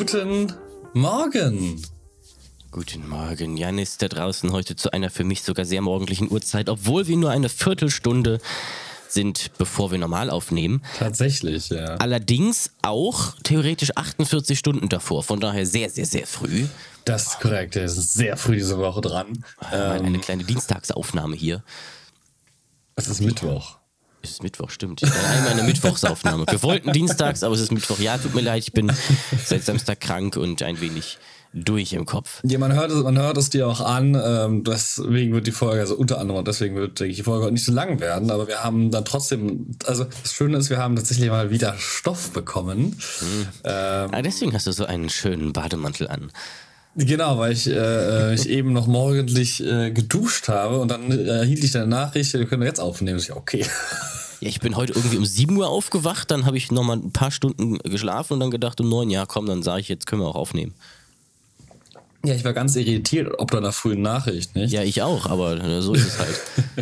Guten Morgen. Guten Morgen, Jan ist da draußen heute zu einer für mich sogar sehr morgendlichen Uhrzeit, obwohl wir nur eine Viertelstunde sind, bevor wir normal aufnehmen. Tatsächlich, ja. Allerdings auch theoretisch 48 Stunden davor, von daher sehr, sehr, sehr früh. Das ist korrekt, es ist sehr früh diese Woche dran. Eine kleine Dienstagsaufnahme hier. Es ist Mittwoch. Es ist Mittwoch, stimmt. Einmal eine Mittwochsaufnahme. Wir wollten dienstags, aber es ist Mittwoch. Ja, tut mir leid, ich bin seit Samstag krank und ein wenig durch im Kopf. Ja, man hört es dir auch an, deswegen wird die Folge, also unter anderem, deswegen wird, denke ich, die Folge heute nicht so lang werden, aber wir haben dann trotzdem, also das Schöne ist, wir haben tatsächlich mal wieder Stoff bekommen. Deswegen hast du so einen schönen Bademantel an. Genau, weil ich eben noch morgendlich geduscht habe und dann erhielt ich eine Nachricht, wir können jetzt aufnehmen. Ich, okay. Ja, ich bin heute irgendwie um 7 Uhr aufgewacht, dann habe ich nochmal ein paar Stunden geschlafen und dann gedacht, um 9, ja komm, dann sage ich, jetzt können wir auch aufnehmen. Ja, ich war ganz irritiert ob deiner frühen Nachricht, nicht? Ja, ich auch, aber so ist es halt.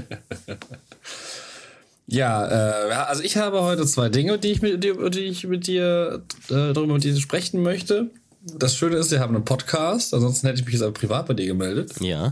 Ja, also ich habe heute 2 Dinge, die ich mit dir sprechen möchte. Das Schöne ist, wir haben einen Podcast, ansonsten hätte ich mich jetzt aber privat bei dir gemeldet. Ja.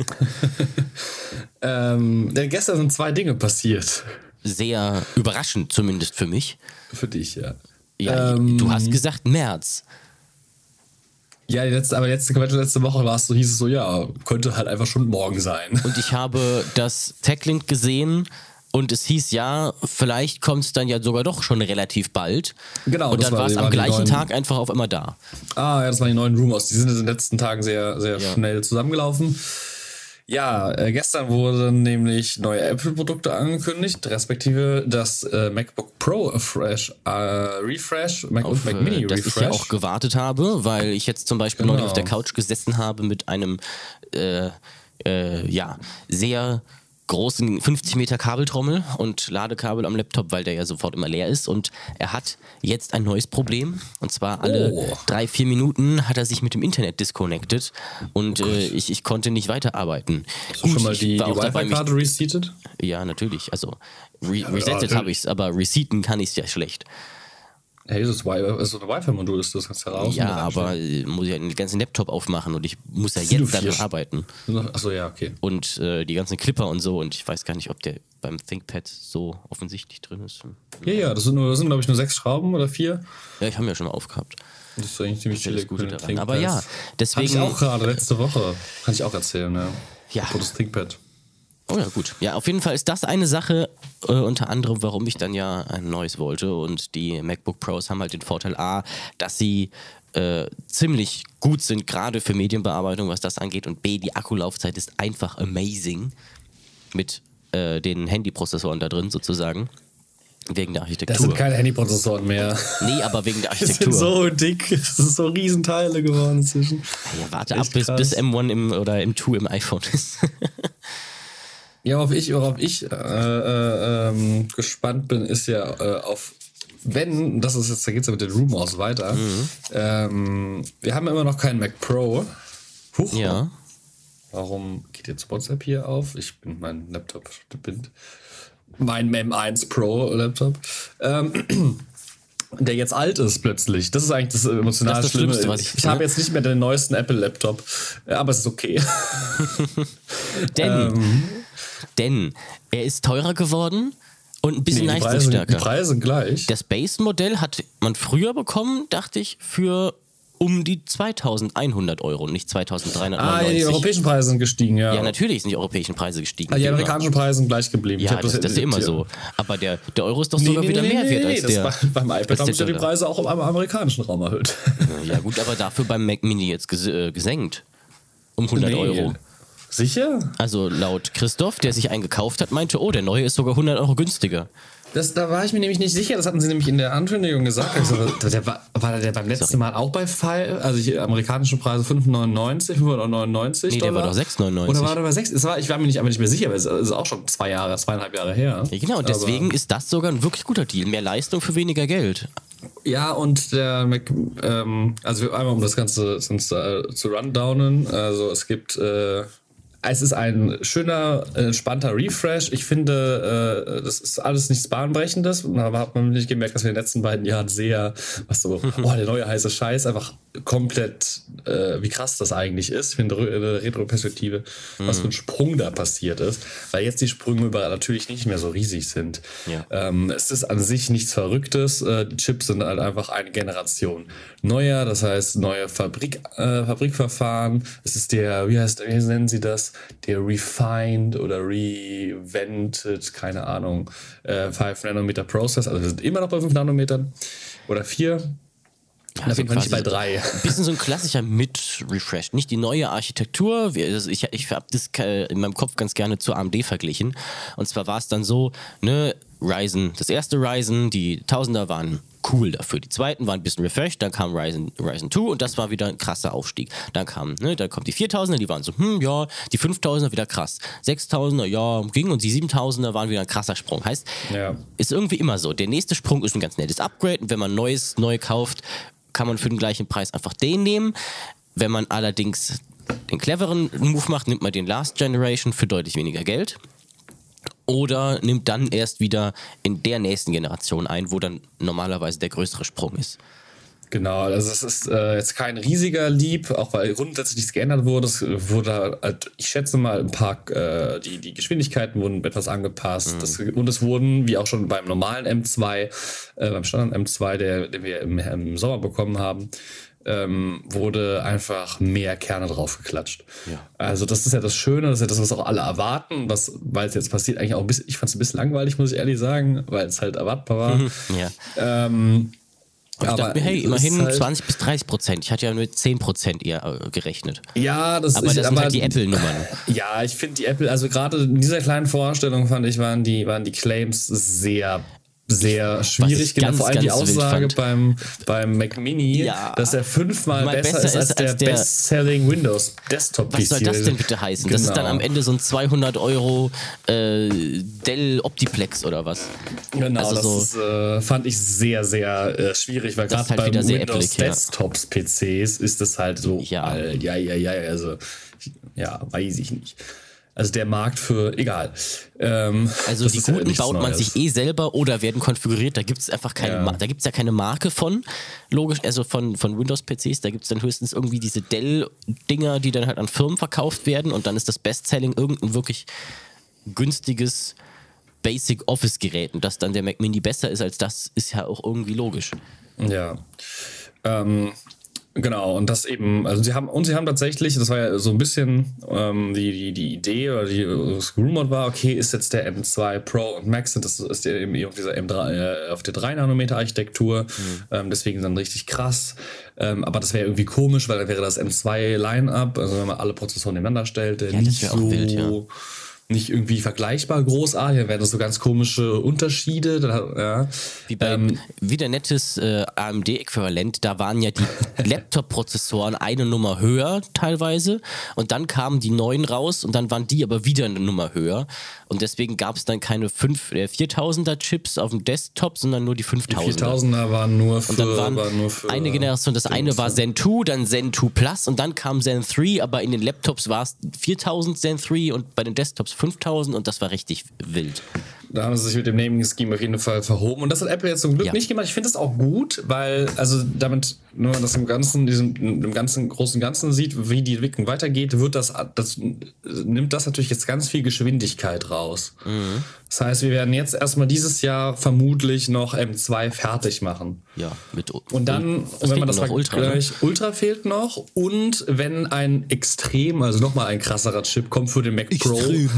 Denn gestern sind 2 Dinge passiert. Sehr überraschend, zumindest für mich. Für dich, ja. Ja, du hast gesagt März. Ja, letzte Woche hieß es so, ja, könnte halt einfach schon morgen sein. Und ich habe das Techlink gesehen und es hieß, ja, vielleicht kommt es dann ja sogar doch schon relativ bald. Genau. Und dann war es am gleichen Tag einfach auf einmal da. Ah, ja, das waren die neuen Rumors. Die sind in den letzten Tagen sehr, sehr schnell zusammengelaufen. Ja, gestern wurden nämlich neue Apple-Produkte angekündigt, respektive das MacBook Pro Refresh, MacBook Mac Mini dass Refresh. Ich ja auch gewartet habe, weil ich jetzt zum Beispiel neulich auf der Couch gesessen habe mit einem sehr großen 50 Meter Kabeltrommel und Ladekabel am Laptop, weil der ja sofort immer leer ist. Und er hat jetzt ein neues Problem. Und zwar alle 3-4 Minuten hat er sich mit dem Internet disconnected und ich konnte nicht weiterarbeiten. Hast du schon mal die Wi-Fi-Karte reseated? Ja, natürlich. Also resettet habe ich es, aber reseten kann ich es ja schlecht. Hey, so ein Wi-Fi-Modul ist das, kannst du heraus. Ja, aber muss ich ja den ganzen Laptop aufmachen und ich muss ja jetzt damit arbeiten. Achso, ja, okay. Und die ganzen Clipper und so und ich weiß gar nicht, ob der beim ThinkPad so offensichtlich drin ist. Ja, das sind glaube ich, nur 6 Schrauben oder 4. Ja, ich habe ja schon mal aufgehabt. Das ist eigentlich ziemlich chillig. Gute daran. Aber ja, deswegen... Hatte ich auch gerade letzte Woche. Kann ich auch erzählen, ja. Ja. Das ThinkPad. Oh ja, gut. Ja, auf jeden Fall ist das eine Sache, unter anderem, warum ich dann ja ein neues wollte. Und die MacBook Pros haben halt den Vorteil A, dass sie ziemlich gut sind, gerade für Medienbearbeitung, was das angeht. Und B, die Akkulaufzeit ist einfach amazing mit den Handyprozessoren da drin sozusagen. Wegen der Architektur. Das sind keine Handyprozessoren mehr. Nee, aber wegen der Architektur. Die sind so dick. Das sind so Riesenteile geworden inzwischen. Ja, warte ab, bis M1 oder M2 im iPhone ist. Ja, worauf ich gespannt bin, ist ja auf, wenn, das ist jetzt, da geht's ja mit den Rumors weiter. Wir haben immer noch keinen Mac Pro. Huch. Ja. Warum geht jetzt WhatsApp hier auf? Ich bin mein Laptop, mein M1 Pro Laptop. Der jetzt alt ist plötzlich. Das ist eigentlich das emotional Schlimme. Ich habe jetzt nicht mehr den neuesten Apple-Laptop, aber es ist okay. Denn er ist teurer geworden und ein bisschen leistungsstärker. Die Preise sind gleich. Das Base-Modell hat man früher bekommen, dachte ich, für um die 2.100 Euro und nicht 2.399. Ah, ja, die europäischen Preise sind gestiegen, ja. Ja, natürlich sind die europäischen Preise gestiegen. Die amerikanischen Preise sind gleich geblieben. Ja, das ist ja immer so. Aber der Euro ist doch sogar wieder mehr wert als der. Beim iPad haben sich ja die Preise auch im amerikanischen Raum erhöht. Ja gut, aber dafür beim Mac Mini jetzt gesenkt. Um 100 Euro. Sicher? Also laut Christoph, der sich einen gekauft hat, meinte, oh, der neue ist sogar 100 Euro günstiger. Da war ich mir nämlich nicht sicher, das hatten sie nämlich in der Ankündigung gesagt. War der beim letzten Mal auch bei also die amerikanischen Preise 5,99, 5,99 Nee, der war doch 6,99. Oder war der bei 6? Ich war mir aber nicht mehr sicher, weil es ist auch schon 2,5 Jahre her. Ja, genau, und deswegen ist das sogar ein wirklich guter Deal. Mehr Leistung für weniger Geld. Ja, und der Mac, also einmal um das Ganze zu rundownen, also es gibt es ist ein schöner, entspannter Refresh. Ich finde, das ist alles nichts Bahnbrechendes. Da hat man nicht gemerkt, dass wir in den letzten beiden Jahren sehr, der neue heiße Scheiß, einfach komplett, wie krass das eigentlich ist. Ich finde, in der Retro-Perspektive, was für ein Sprung da passiert ist. Weil jetzt die Sprünge überall natürlich nicht mehr so riesig sind. Ja. Es ist an sich nichts Verrücktes. Die Chips sind halt einfach eine Generation neuer, das heißt neue Fabrikverfahren. Es ist wie nennen sie das? Der Refined oder Revented, keine Ahnung, 5 Nanometer Process. Also wir sind immer noch bei 5 Nanometern oder 4. Auf jeden Fall nicht bei 3. Ein bisschen so ein klassischer Mid-Refresh. Nicht die neue Architektur. Ich habe das in meinem Kopf ganz gerne zu AMD verglichen. Und zwar war es dann so, ne, Ryzen, das erste Ryzen, die 1000er waren cool dafür. Die zweiten waren ein bisschen refreshed, dann kam Ryzen 2 und das war wieder ein krasser Aufstieg. Dann kommt die 4000er, die waren so, ja, die 5000er wieder krass. 6000er, ja, ging und die 7000er waren wieder ein krasser Sprung. Heißt, ist irgendwie immer so. Der nächste Sprung ist ein ganz nettes Upgrade und wenn man neu kauft, kann man für den gleichen Preis einfach den nehmen. Wenn man allerdings den cleveren Move macht, nimmt man den Last Generation für deutlich weniger Geld. Oder nimmt dann erst wieder in der nächsten Generation ein, wo dann normalerweise der größere Sprung ist. Genau, also es ist jetzt kein riesiger Leap, auch weil grundsätzlich nichts geändert wurde. Es wurde halt, ich schätze mal, ein paar, die Geschwindigkeiten wurden etwas angepasst. Und es wurden, wie auch schon beim normalen M2, beim Standard M2, den wir im Sommer bekommen haben, wurde einfach mehr Kerne draufgeklatscht. Ja. Also das ist ja das Schöne, das ist ja das, was auch alle erwarten, weil es jetzt passiert, eigentlich auch ein bisschen, ich fand es ein bisschen langweilig, muss ich ehrlich sagen, weil es halt erwartbar war. Ja. Ich dachte mir, hey, immerhin halt 20-30%. Ich hatte ja nur 10% eher gerechnet. Ja, das sind halt die Apple-Nummern. Ja, ich finde die Apple, also gerade in dieser kleinen Vorstellung fand ich, waren die Claims sehr schwierig, genau, vor allem die Aussage beim Mac Mini, dass er 5-mal besser ist als der Best-Selling Windows Desktop-PC. Was soll das denn bitte heißen? Genau. Das ist dann am Ende so ein 200 € Dell Optiplex oder was? Genau, also das fand ich sehr, sehr schwierig, weil gerade halt bei Windows Desktops-PCs ist das halt so, also weiß ich nicht. Also der Markt für, egal. Also die guten baut man sich selber oder werden konfiguriert. Da gibt es einfach da gibt es ja keine Marke von, logisch, also von Windows-PCs. Da gibt es dann höchstens irgendwie diese Dell-Dinger, die dann halt an Firmen verkauft werden und dann ist das Best-Selling irgendein wirklich günstiges Basic-Office-Gerät. Und dass dann der Mac Mini besser ist als das, ist ja auch irgendwie logisch. Ja. Genau, und das eben, also sie haben tatsächlich, das war ja so ein bisschen die Idee oder das Rumor war, okay, ist jetzt der M2 Pro und Max, das ist ja eben auf dieser M3, auf der 3-Nanometer-Architektur, deswegen dann richtig krass, aber das wäre irgendwie komisch, weil dann wäre das M2 Line-Up, also wenn man alle Prozessoren nebeneinander stellt, nicht so wild, nicht irgendwie vergleichbar großartig, dann wären das so ganz komische Unterschiede. Wieder nettes AMD-Äquivalent, da waren ja die Laptop-Prozessoren eine Nummer höher teilweise und dann kamen die neuen raus und dann waren die aber wieder eine Nummer höher und deswegen gab es dann keine 4000er Chips auf dem Desktop, sondern nur die 5000er. Die 4000er waren nur für... Und dann waren nur für eine Generation, das eine war Zen 2, dann Zen 2 Plus und dann kam Zen 3, aber in den Laptops war es 4000 Zen 3 und bei den Desktops 5000 und das war richtig wild. Da haben sie sich mit dem Naming-Scheme auf jeden Fall verhoben. Und das hat Apple jetzt zum Glück nicht gemacht. Ich finde das auch gut, weil, also damit, wenn man das im ganzen großen Ganzen sieht, wie die Entwicklung weitergeht, nimmt das natürlich jetzt ganz viel Geschwindigkeit raus. Mhm. Das heißt, wir werden jetzt erstmal dieses Jahr vermutlich noch M2 fertig machen. Ja, mit und dann, wenn man das mal Ultra fehlt noch. Und wenn ein also nochmal ein krasserer Chip kommt für den Mac Pro.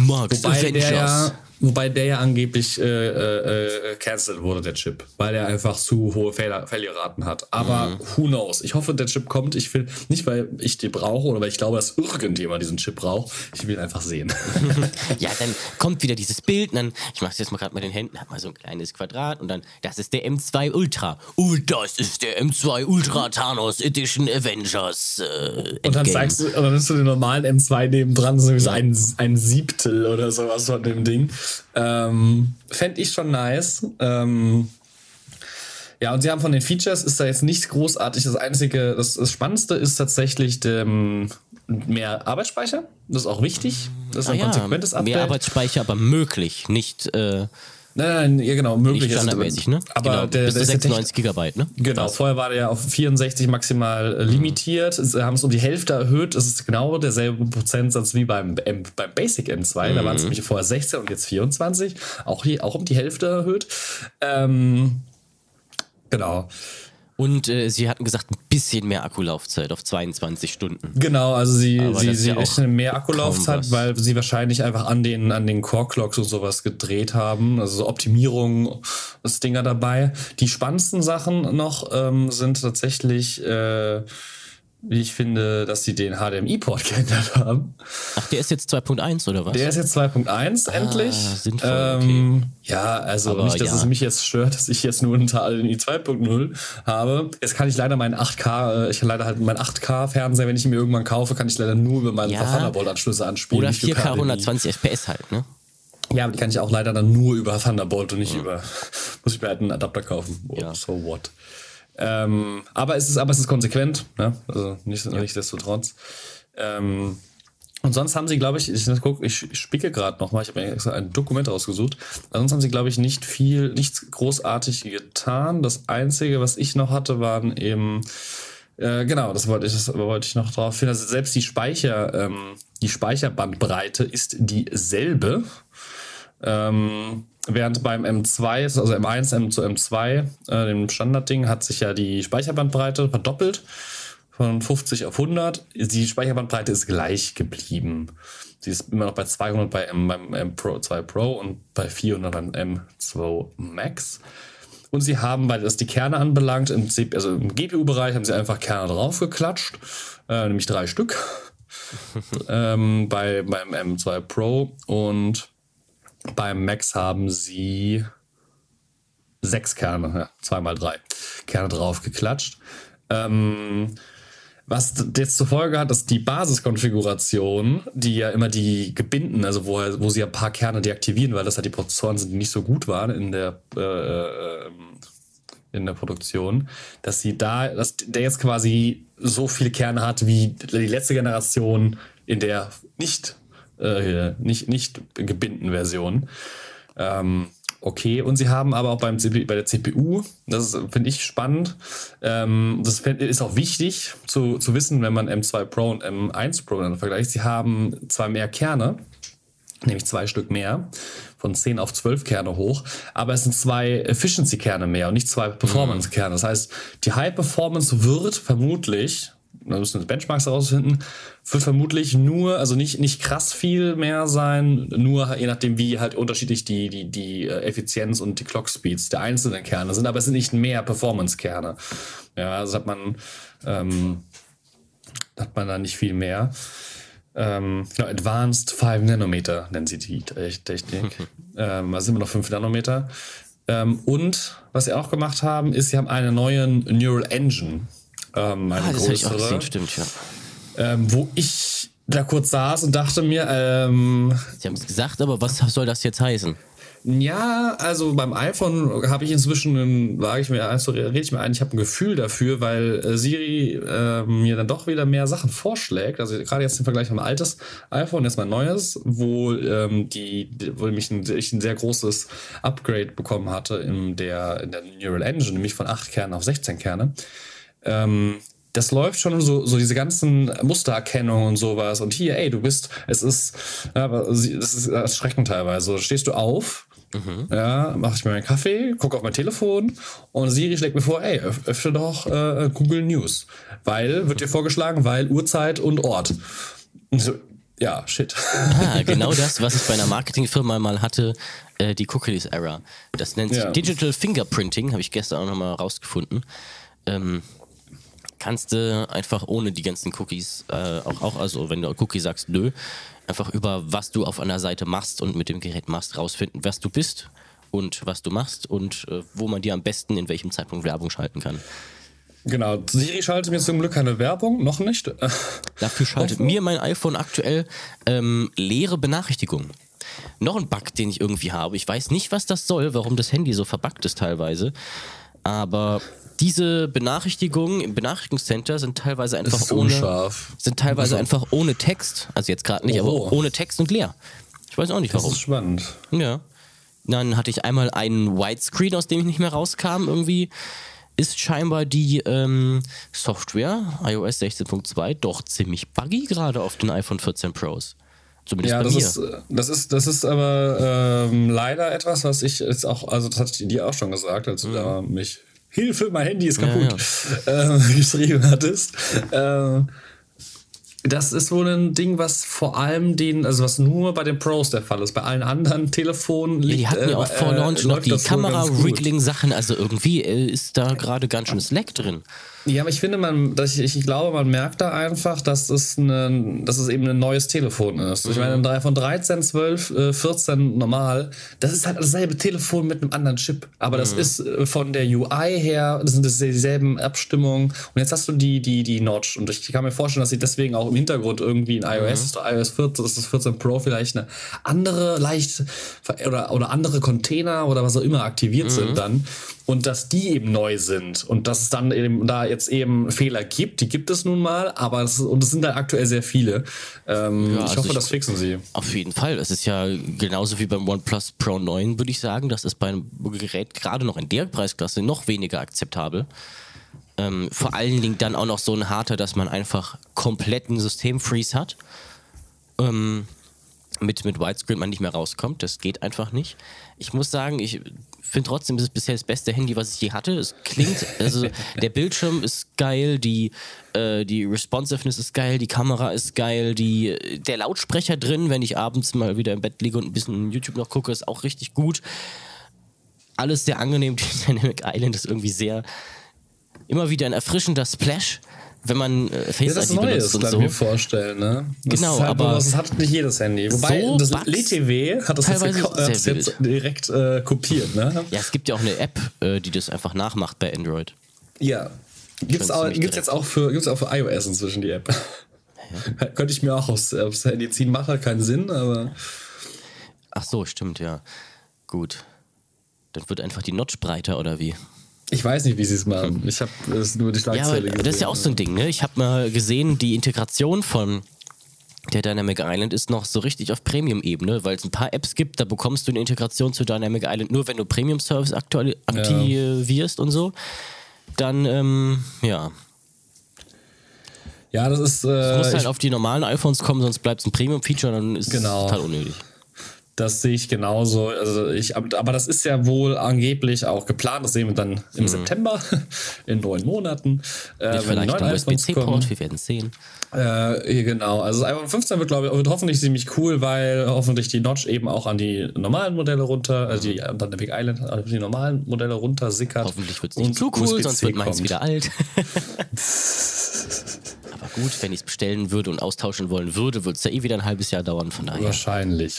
Wobei der ja angeblich cancelled wurde, der Chip, weil er einfach zu hohe Failure-Raten hat. Aber who knows? Ich hoffe, der Chip kommt. Ich will nicht, weil ich den brauche oder weil ich glaube, dass irgendjemand diesen Chip braucht. Ich will ihn einfach sehen. Ja, dann kommt wieder dieses Bild und dann, ich mache es jetzt mal gerade mit den Händen, hab mal so ein kleines Quadrat und dann, das ist der M2 Ultra. Und das ist der M2 Ultra Thanos Edition Avengers. Und dann nimmst du den normalen M2 nebendran, so ein Siebtel oder sowas von dem Ding. Fände ich schon nice. Ja, und sie haben von den Features, ist da jetzt nichts großartig. Das Spannendste ist tatsächlich mehr Arbeitsspeicher. Das ist auch wichtig. Das ist ein konsequentes Update. Mehr Arbeitsspeicher, aber möglich, nicht... Nein, ja genau, möglich nicht standardmäßig, ne? Aber genau, bis zu 96 Gigabyte, ne? Genau, vorher war der ja auf 64 maximal limitiert. Sie haben es um die Hälfte erhöht. Es ist genau derselbe Prozentsatz wie beim Basic M2. Da waren es nämlich vorher 16 und jetzt 24. Auch um die Hälfte erhöht. Genau. Und sie hatten gesagt, ein bisschen mehr Akkulaufzeit auf 22 Stunden. Genau, also sie rechnen mehr Akkulaufzeit, weil sie wahrscheinlich einfach an den Core-Clocks und sowas gedreht haben. Also so Optimierung, das Dinger dabei. Die spannendsten Sachen noch sind tatsächlich, wie ich finde, dass sie den HDMI-Port geändert haben. Ach, der ist jetzt 2.1 oder was? Der ist jetzt 2.1 endlich. Sinnvoll, okay. Ja, also aber nicht, dass es mich jetzt stört, dass ich jetzt nur einen HDMI 2.0 habe. Jetzt kann ich leider meinen 8K-Fernseher, wenn ich ihn mir irgendwann kaufe, kann ich leider nur über meine Thunderbolt-Anschlüsse anspielen. Oder 4K 120 FPS halt, ne? Ja, aber die kann ich auch leider dann nur über Thunderbolt und nicht muss ich mir halt einen Adapter kaufen. So what? Aber es ist konsequent, ne? Also nichtsdestotrotz. Und sonst haben sie, glaube ich spicke gerade nochmal, ich habe mir extra ein Dokument rausgesucht. Sonst haben sie, glaube ich, nichts großartig getan. Das Einzige, was ich noch hatte, waren eben, das wollte ich noch drauf finden. Also selbst die Speicherbandbreite ist dieselbe. Während beim M2, also M1 zu M2, dem Standardding, hat sich ja die Speicherbandbreite verdoppelt von 50 auf 100. Die Speicherbandbreite ist gleich geblieben. Sie ist immer noch bei 200 beim M2 Pro und bei 400 beim M2 Max. Und sie haben, weil das die Kerne anbelangt, im GPU-Bereich haben sie einfach Kerne draufgeklatscht, nämlich 3 Stück beim M2 Pro, und beim Max haben sie 6 Kerne, 2x3 Kerne draufgeklatscht. Was jetzt zur Folge hat, dass die Basiskonfiguration, die ja immer die gebinden, also wo sie ein paar Kerne deaktivieren, weil das halt die Prozessoren sind, die nicht so gut waren in der Produktion, dass der jetzt quasi so viele Kerne hat wie die letzte Generation in der nicht gebinden Version. Okay, und sie haben aber auch bei der CPU, das finde ich spannend, das ist auch wichtig zu wissen, wenn man M2 Pro und M1 Pro dann vergleicht. Sie haben zwar mehr Kerne, nämlich 2 Stück mehr, von 10 auf 12 Kerne hoch, aber es sind 2 Efficiency-Kerne mehr und nicht 2 Performance-Kerne. Das heißt, die High Performance wird vermutlich, da müssen wir Benchmarks herausfinden, wird vermutlich nur, also nicht krass viel mehr sein, nur je nachdem, wie halt unterschiedlich die Effizienz und die Clock Speeds der einzelnen Kerne sind, aber es sind nicht mehr Performance-Kerne. Ja, also hat man da nicht viel mehr. Advanced 5 Nanometer nennen sie die Technik. Also sind immer noch 5 Nanometer. Und was sie auch gemacht haben, ist, sie haben eine neue Neural Engine. Das habe ich auch gesehen, stimmt, ja. Wo ich da kurz saß und dachte mir, Sie haben es gesagt, aber was soll das jetzt heißen? Ja, also beim iPhone habe ich inzwischen, rede ich mir ein, ich habe ein Gefühl dafür, weil Siri mir dann doch wieder mehr Sachen vorschlägt. Also gerade jetzt im Vergleich mit meinem altes iPhone, jetzt mein neues, wo ich ein sehr großes Upgrade bekommen hatte in der Neural Engine, nämlich von 8 Kernen auf 16 Kerne. Das läuft schon so diese ganzen Mustererkennung und sowas. Und hier, es ist erschreckend teilweise. Stehst du auf, mache ich mir meinen Kaffee, gucke auf mein Telefon und Siri schlägt mir vor, öffne doch Google News. Wird dir vorgeschlagen, weil Uhrzeit und Ort. Und so, ja, shit. Genau das, was ich bei einer Marketingfirma mal hatte, die Cookies Error. Das nennt sich Digital Fingerprinting, habe ich gestern auch nochmal rausgefunden. Kannst du einfach ohne die ganzen Cookies, also wenn du Cookie sagst, nö, einfach über was du auf einer Seite machst und mit dem Gerät machst, rausfinden, was du bist und was du machst und wo man dir am besten in welchem Zeitpunkt Werbung schalten kann. Genau, Siri schaltet mir zum Glück keine Werbung, noch nicht. Dafür schaltet mir mein iPhone aktuell leere Benachrichtigungen. Noch ein Bug, den ich irgendwie habe. Ich weiß nicht, was das soll, warum das Handy so verbuggt ist teilweise. Aber diese Benachrichtigungen im Benachrichtigungscenter sind teilweise einfach unscharf. ohne Text. Also jetzt gerade nicht, aber ohne Text und leer. Ich weiß auch nicht warum. Das ist spannend. Ja. Dann hatte ich einmal einen Widescreen, aus dem ich nicht mehr rauskam. Irgendwie ist scheinbar die Software, iOS 16.2, doch ziemlich buggy gerade auf den iPhone 14 Pros. Zumindest bei mir. Das ist aber leider etwas, was ich jetzt auch, also das hatte ich dir auch schon gesagt, als du da mich Hilfe, mein Handy ist kaputt, geschrieben hattest. Das ist wohl ein Ding, was vor allem was nur bei den Pros der Fall ist. Bei allen anderen Telefonen liegt. Die hatten ja auch vor Launch noch die Kamera-Wriggling-Sachen, also irgendwie ist da gerade ganz schön Slack drin. Ja, aber ich finde, ich glaube, man merkt da einfach, dass es eben ein neues Telefon ist. Ich meine, von 13, 12, 14 normal, das ist halt dasselbe Telefon mit einem anderen Chip. Aber das ist von der UI her, das sind dieselben Abstimmungen. Und jetzt hast du die Notch. Und ich kann mir vorstellen, dass sie deswegen auch im Hintergrund irgendwie in iOS 14, das ist 14 Pro vielleicht eine andere oder andere Container oder was auch immer aktiviert sind dann. Und dass die eben neu sind und dass es dann eben da jetzt eben Fehler gibt, die gibt es nun mal, aber es sind da aktuell sehr viele. Ich hoffe, das fixen sie. Auf jeden Fall. Es ist ja genauso wie beim OnePlus Pro 9, würde ich sagen. Das ist bei einem Gerät gerade noch in der Preisklasse noch weniger akzeptabel. Vor allen Dingen dann auch noch so ein harter, dass man einfach kompletten Systemfreeze hat. Mit Widescreen man nicht mehr rauskommt. Das geht einfach nicht. Ich muss sagen, ich finde trotzdem, es ist bisher das beste Handy, was ich je hatte. Es klingt, also der Bildschirm ist geil, die Responsiveness ist geil, die Kamera ist geil, der Lautsprecher drin, wenn ich abends mal wieder im Bett liege und ein bisschen YouTube noch gucke, ist auch richtig gut. Alles sehr angenehm. Die Dynamic Island ist irgendwie immer wieder ein erfrischender Splash, wenn man Face ID benutzt und so. Das kann ich mir vorstellen, ne? Genau, aber das hat nicht jedes Handy. Wobei so das LTW hat das jetzt direkt kopiert, ne? Ja, es gibt ja auch eine App, die das einfach nachmacht bei Android. Ja. Gibt's jetzt auch für iOS inzwischen die App. Ja. Könnte ich mir auch aufs Handy ziehen, macht halt keinen Sinn, aber. Ach so, stimmt, ja. Gut. Dann wird einfach die Notch breiter, oder wie? Ich weiß nicht, wie sie es machen. Ich habe nur die Schlagzeile gesehen. Das ist ja auch so ein Ding, ne? Ich habe mal gesehen, die Integration von der Dynamic Island ist noch so richtig auf Premium-Ebene, weil es ein paar Apps gibt, da bekommst du eine Integration zu Dynamic Island nur, wenn du Premium-Service aktivierst und so. Dann, Ja, das ist... Es muss halt auf die normalen iPhones kommen, sonst bleibt es ein Premium-Feature, dann ist es total unnötig. Das sehe ich genauso. Aber das ist ja wohl angeblich auch geplant. Das sehen wir dann im September, in 9 Monaten. Mit vielleicht ein USB-C-Port, wir werden es sehen. Genau. Also das iPhone 15 wird hoffentlich ziemlich cool, weil hoffentlich die Notch eben auch an die normalen Modelle runter, also die Dynamic Island an die normalen Modelle runter sickert. Hoffentlich wird es nicht zu cool, sonst wird meins wieder alt. Aber gut, wenn ich es bestellen würde und austauschen wollen würde, würde es ja wieder ein halbes Jahr dauern, von daher. Wahrscheinlich.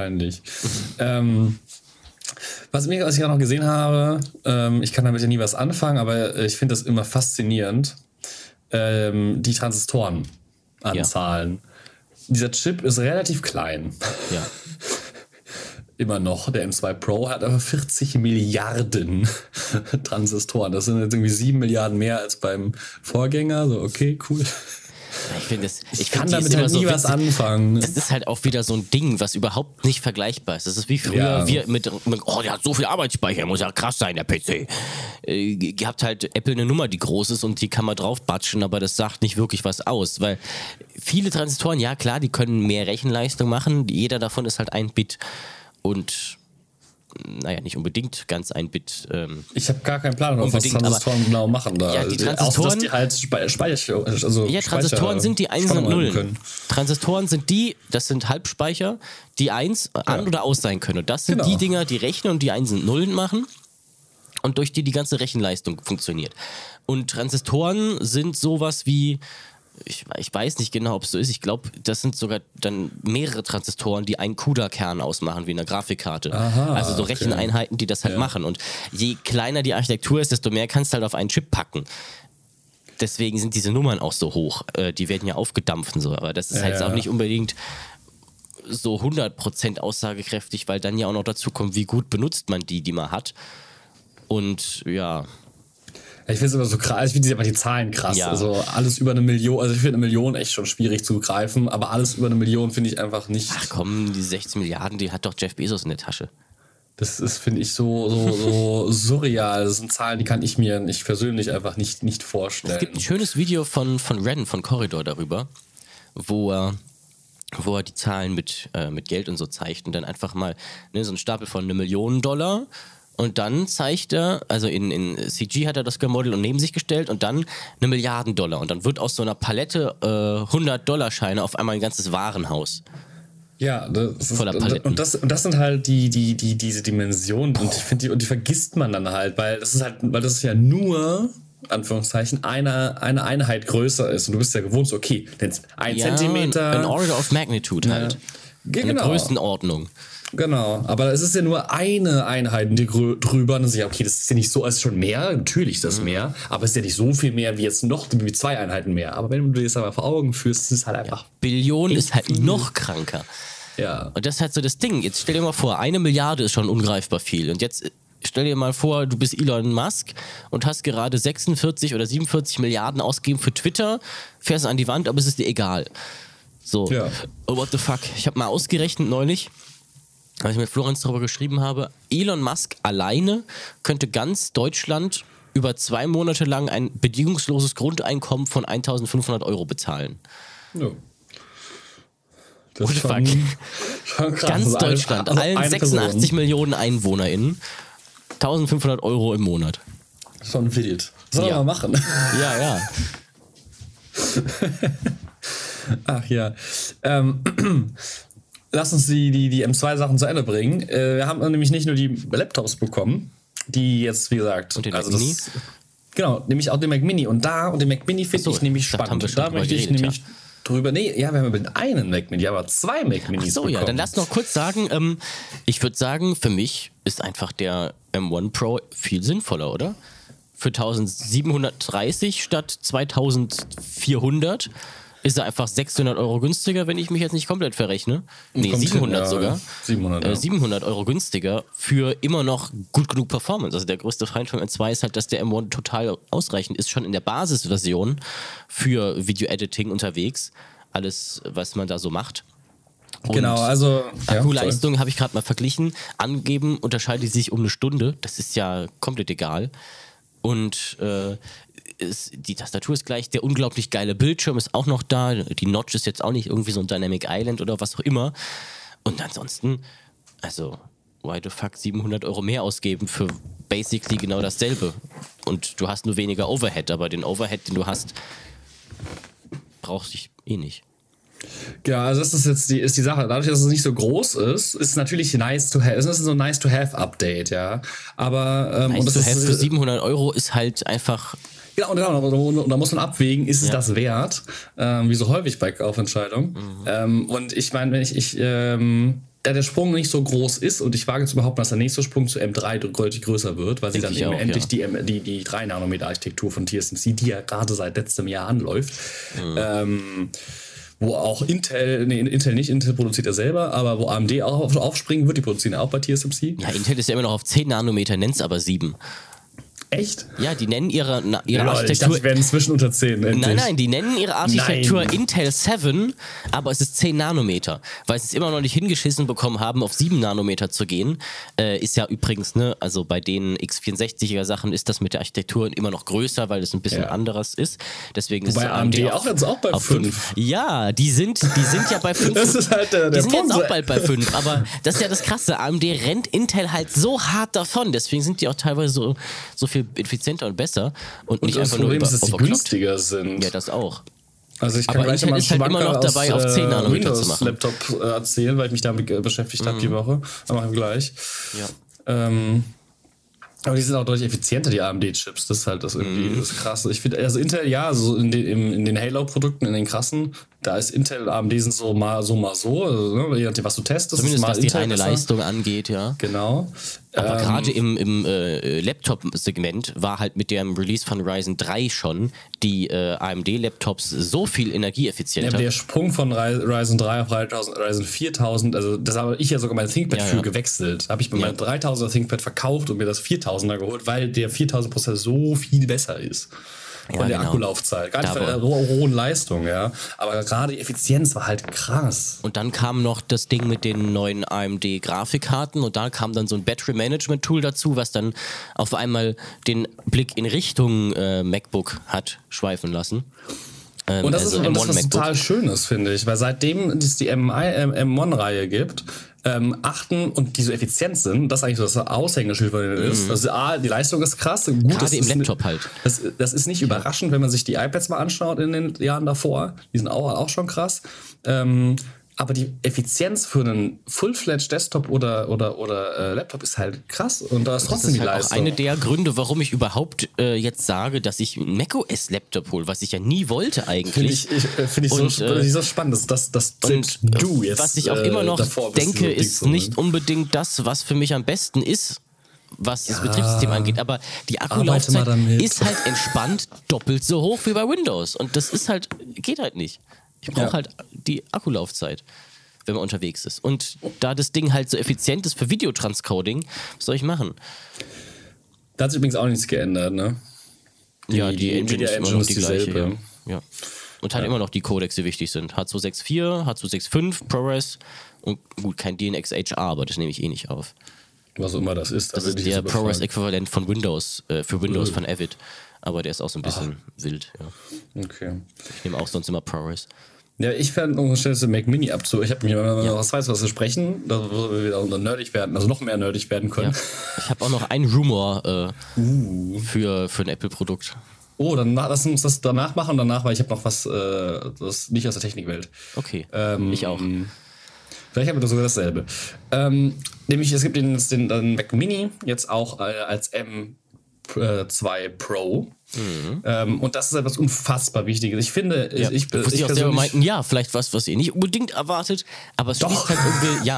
Was ich auch noch gesehen habe, ich kann damit ja nie was anfangen, aber ich finde das immer faszinierend, die Transistorenanzahlen. Ja. Dieser Chip ist relativ klein. Ja. Immer noch. Der M2 Pro hat aber 40 Milliarden Transistoren. Das sind jetzt irgendwie 7 Milliarden mehr als beim Vorgänger. So, okay, cool. Ich kann damit halt nie was anfangen. Das ist halt auch wieder so ein Ding, was überhaupt nicht vergleichbar ist. Das ist wie früher wir der hat so viel Arbeitsspeicher, muss ja krass sein, der PC. Ihr habt halt Apple eine Nummer, die groß ist und die kann man draufbatschen, aber das sagt nicht wirklich was aus, weil viele Transistoren, ja klar, die können mehr Rechenleistung machen, jeder davon ist halt 1 Bit und nicht unbedingt ganz 1 Bit. Ich habe gar keinen Plan, was Transistoren genau machen da. Ja, die Transistoren, dass die halt Speicher, Transistoren sind die Einsen und Nullen. Transistoren sind das sind Halbspeicher, die 1 an oder aus sein können. Und das sind die Dinger, die rechnen und die Einsen und Nullen machen und durch die ganze Rechenleistung funktioniert. Und Transistoren sind sowas wie, ich weiß nicht genau, ob es so ist. Ich glaube, das sind sogar dann mehrere Transistoren, die einen CUDA-Kern ausmachen, wie in einer Grafikkarte. Aha, also so Recheneinheiten, die das halt machen. Und je kleiner die Architektur ist, desto mehr kannst du halt auf einen Chip packen. Deswegen sind diese Nummern auch so hoch. Die werden ja aufgedampft und so. Aber das ist halt auch nicht unbedingt so 100% aussagekräftig, weil dann ja auch noch dazu kommt, wie gut benutzt man die man hat. Und ja... Ich finde es immer so krass, ich finde einfach die Zahlen krass. Ja. Also alles über 1 Million, also ich finde 1 Million echt schon schwierig zu greifen, aber alles über 1 Million finde ich einfach nicht. Ach komm, die 16 Milliarden, die hat doch Jeff Bezos in der Tasche. Das ist, finde ich, so surreal. Das sind Zahlen, die kann ich mir persönlich einfach nicht vorstellen. Es gibt ein schönes Video von Ren, von Corridor darüber, wo er die Zahlen mit Geld und so zeigt und dann einfach mal so einen Stapel von $1 Million und dann zeigt er, also in CG hat er das gemodelt und neben sich gestellt und dann $1 Milliarden und dann wird aus so einer Palette $100-Scheine auf einmal ein ganzes Warenhaus. Ja, das ist, voller Paletten. und das sind halt diese Dimensionen und ich finde die vergisst man dann halt, weil das ist ja nur Anführungszeichen eine Einheit größer ist und du bist ja gewohnt, so okay, ein Zentimeter. Ein Order of Magnitude halt. Eine Größenordnung. Genau, aber es ist ja nur eine Einheit drüber und dann sage ich, okay, das ist ja nicht so, als schon mehr, natürlich ist das mehr, aber es ist ja nicht so viel mehr wie jetzt noch, wie 2 Einheiten mehr. Aber wenn du dir das aber vor Augen führst, ist es halt einfach. Billion ist halt noch kranker. Ja. Und das ist halt so das Ding. Jetzt stell dir mal vor, 1 Milliarde ist schon ungreifbar viel. Und jetzt stell dir mal vor, du bist Elon Musk und hast gerade 46 oder 47 Milliarden ausgegeben für Twitter, fährst an die Wand, aber es ist dir egal. So, Ja. Oh, what the fuck. Ich habe mal ausgerechnet neulich, als ich mit Florenz darüber geschrieben habe, Elon Musk alleine könnte ganz Deutschland über 2 Monate lang ein bedingungsloses Grundeinkommen von 1.500 € bezahlen. Ja. Das What the ist schon krass. Ganz Also Deutschland, allen 86 Person. Millionen EinwohnerInnen, 1.500 € im Monat. Schon wild. Soll Ja. man machen. Ja. Ach ja. Lass uns die M2-Sachen zu Ende bringen. Wir haben nämlich nicht nur die Laptops bekommen, die jetzt, wie gesagt, Und den Mac Mini? Genau, nämlich auch den Mac Mini. Und den Mac Mini finde ich nämlich dachte, haben wir spannend. schon Da drüber möchte ich geredet, nämlich drüber. Nee, ja, wir haben über einen Mac Mini, aber 2 Mac Minis So, bekommen. ja, dann lass noch kurz sagen, ich würde sagen, für mich ist einfach der M1 Pro viel sinnvoller, oder? Für 1.730 statt 2.400 ist er einfach 600 € günstiger, wenn ich mich jetzt nicht komplett verrechne. Nee, Kommt 700 hin, sogar. 700, ja. 700 € günstiger für immer noch gut genug Performance. Also der größte Feind vom M2 ist halt, dass der M1 total ausreichend ist, schon in der Basisversion für Video-Editing unterwegs. Alles, was man da so macht. Und Genau, also. Akkuleistung habe ich gerade mal verglichen. Angegeben unterscheidet sich um 1 Stunde. Das ist ja komplett egal. Und die Tastatur ist gleich. Der unglaublich geile Bildschirm ist auch noch da. Die Notch ist jetzt auch nicht irgendwie so ein Dynamic Island oder was auch immer. Und ansonsten, also, why the fuck 700 € mehr ausgeben für basically genau dasselbe. Und du hast nur weniger Overhead, aber den Overhead, den du hast, brauchst du eh nicht. Ja, also das ist jetzt die Sache. Dadurch, dass es nicht so groß ist, ist es natürlich nice to have. Es ist so ein nice to have Update, ja. Aber Nice und das to ist have für 700 € ist halt einfach. Genau, und da muss man abwägen, ist es das wert? Wie so häufig bei Kaufentscheidungen. Und ich meine, da der Sprung nicht so groß ist und ich wage zu behaupten, dass der nächste Sprung zu M3 deutlich größer wird, weil sie dann eben endlich die 3-Nanometer-Architektur von TSMC, die ja gerade seit letztem Jahr anläuft, wo auch Intel produziert ja selber, aber wo AMD auch aufspringen wird, die produzieren ja auch bei TSMC. Ja, Intel ist ja immer noch auf 10 Nanometer, nennt es aber 7. Echt? Ja, die nennen ihre Ich Architektur. dachte, sie werden inzwischen unter 10. Endlich. Nein, die nennen ihre Architektur Intel 7, aber es ist 10 Nanometer, weil sie es immer noch nicht hingeschissen bekommen haben, auf 7 Nanometer zu gehen. Ist ja übrigens, ne, also bei den x64er Sachen ist das mit der Architektur immer noch größer, weil es ein bisschen anderes ist. Deswegen Wobei ist AMD auch jetzt auch bei 5. Ja, die sind ja bei 5. Das ist halt der Die sind Punkt. jetzt auch bald bei 5, aber das ist ja das Krasse. AMD rennt Intel halt so hart davon, deswegen sind die auch teilweise so viel effizienter und besser und nicht das einfach nur Problem ist, dass die overclockt. günstiger sind. Ja, das auch. Also ich kann Aber gleich Intel mal ist halt immer noch dabei, auf 10 Nanometer zu machen. Windows-Laptop erzählen, weil ich mich damit beschäftigt habe die Woche. Das machen wir gleich. Ja. Aber die sind auch deutlich effizienter, die AMD-Chips. Das ist halt das irgendwie das Krasse. Ich finde, also Intel, ja, so in den Halo-Produkten, in den krassen, Da ist Intel und AMD sind so mal so. Also, ne? Je nachdem, was du testest. Zumindest mal was die Intel reine besser. Leistung angeht, ja. Genau. Aber gerade im Laptop-Segment war halt mit dem Release von Ryzen 3 schon die AMD-Laptops so viel energieeffizienter. Ja, der Sprung von Ryzen 3 auf Ryzen 4000, also das habe ich ja sogar mein ThinkPad für gewechselt. Habe ich mir mein 3000er ThinkPad verkauft und mir das 4000er geholt, weil der 4000 Prozessor so viel besser ist. Von der Akkulaufzeit. Gar nicht von der hohen Leistung, ja. Aber gerade die Effizienz war halt krass. Und dann kam noch das Ding mit den neuen AMD-Grafikkarten und da kam dann so ein Battery-Management-Tool dazu, was dann auf einmal den Blick in Richtung MacBook hat schweifen lassen. Und das ist was total Schönes, finde ich, weil seitdem es die M1-Reihe gibt, achten und die so effizient sind, das ist eigentlich so das Aushängeschild von denen ist. Also die Leistung ist krass. Gut, gerade im Laptop halt. Das ist nicht überraschend, wenn man sich die iPads mal anschaut in den Jahren davor. Die sind auch schon krass. Aber die Effizienz für einen Full-Fledged Desktop oder Laptop ist halt krass und da ist trotzdem die Leistung. Das ist halt auch eine der Gründe, warum ich überhaupt jetzt sage, dass ich einen macOS-Laptop hole, was ich ja nie wollte eigentlich. Finde ich so spannend, dass du jetzt was ich auch immer noch denke, ist nicht unbedingt das, was für mich am besten ist, was das Betriebssystem angeht, aber die Akkulaufzeit ist halt entspannt doppelt so hoch wie bei Windows und das ist halt, geht halt nicht. Ich brauche halt die Akkulaufzeit, wenn man unterwegs ist. Und da das Ding halt so effizient ist für Videotranscoding, was soll ich machen? Da hat sich übrigens auch nichts geändert, ne? Die Engine ist immer noch die gleiche. Ja. Und halt immer noch die Codecs, die wichtig sind. H264, H265, ProRes und gut, kein DNxHR, aber das nehme ich eh nicht auf. Was auch immer das ist. Das ist der ProRes-Äquivalent von Windows, für Windows von Avid. Aber der ist auch so ein bisschen wild. Ja. Okay. Ich nehme auch sonst immer ProRes. Ja, ich fände noch schnellste Mac Mini abzu. Ich habe mir noch was zu sprechen, da wir wieder nerdig werden, also noch mehr nerdig werden können. Ja. Ich habe auch noch einen Rumor für ein Apple-Produkt. Oh, dann lass uns das danach machen, weil ich habe noch was, das nicht aus der Technikwelt. Okay, ich auch. Vielleicht haben wir sogar dasselbe. Nämlich, es gibt den Mac Mini jetzt auch als M2 Pro. Und das ist etwas unfassbar Wichtiges. Ich finde, ich auch selber meinten, vielleicht was ihr nicht unbedingt erwartet, aber es schließt halt irgendwie,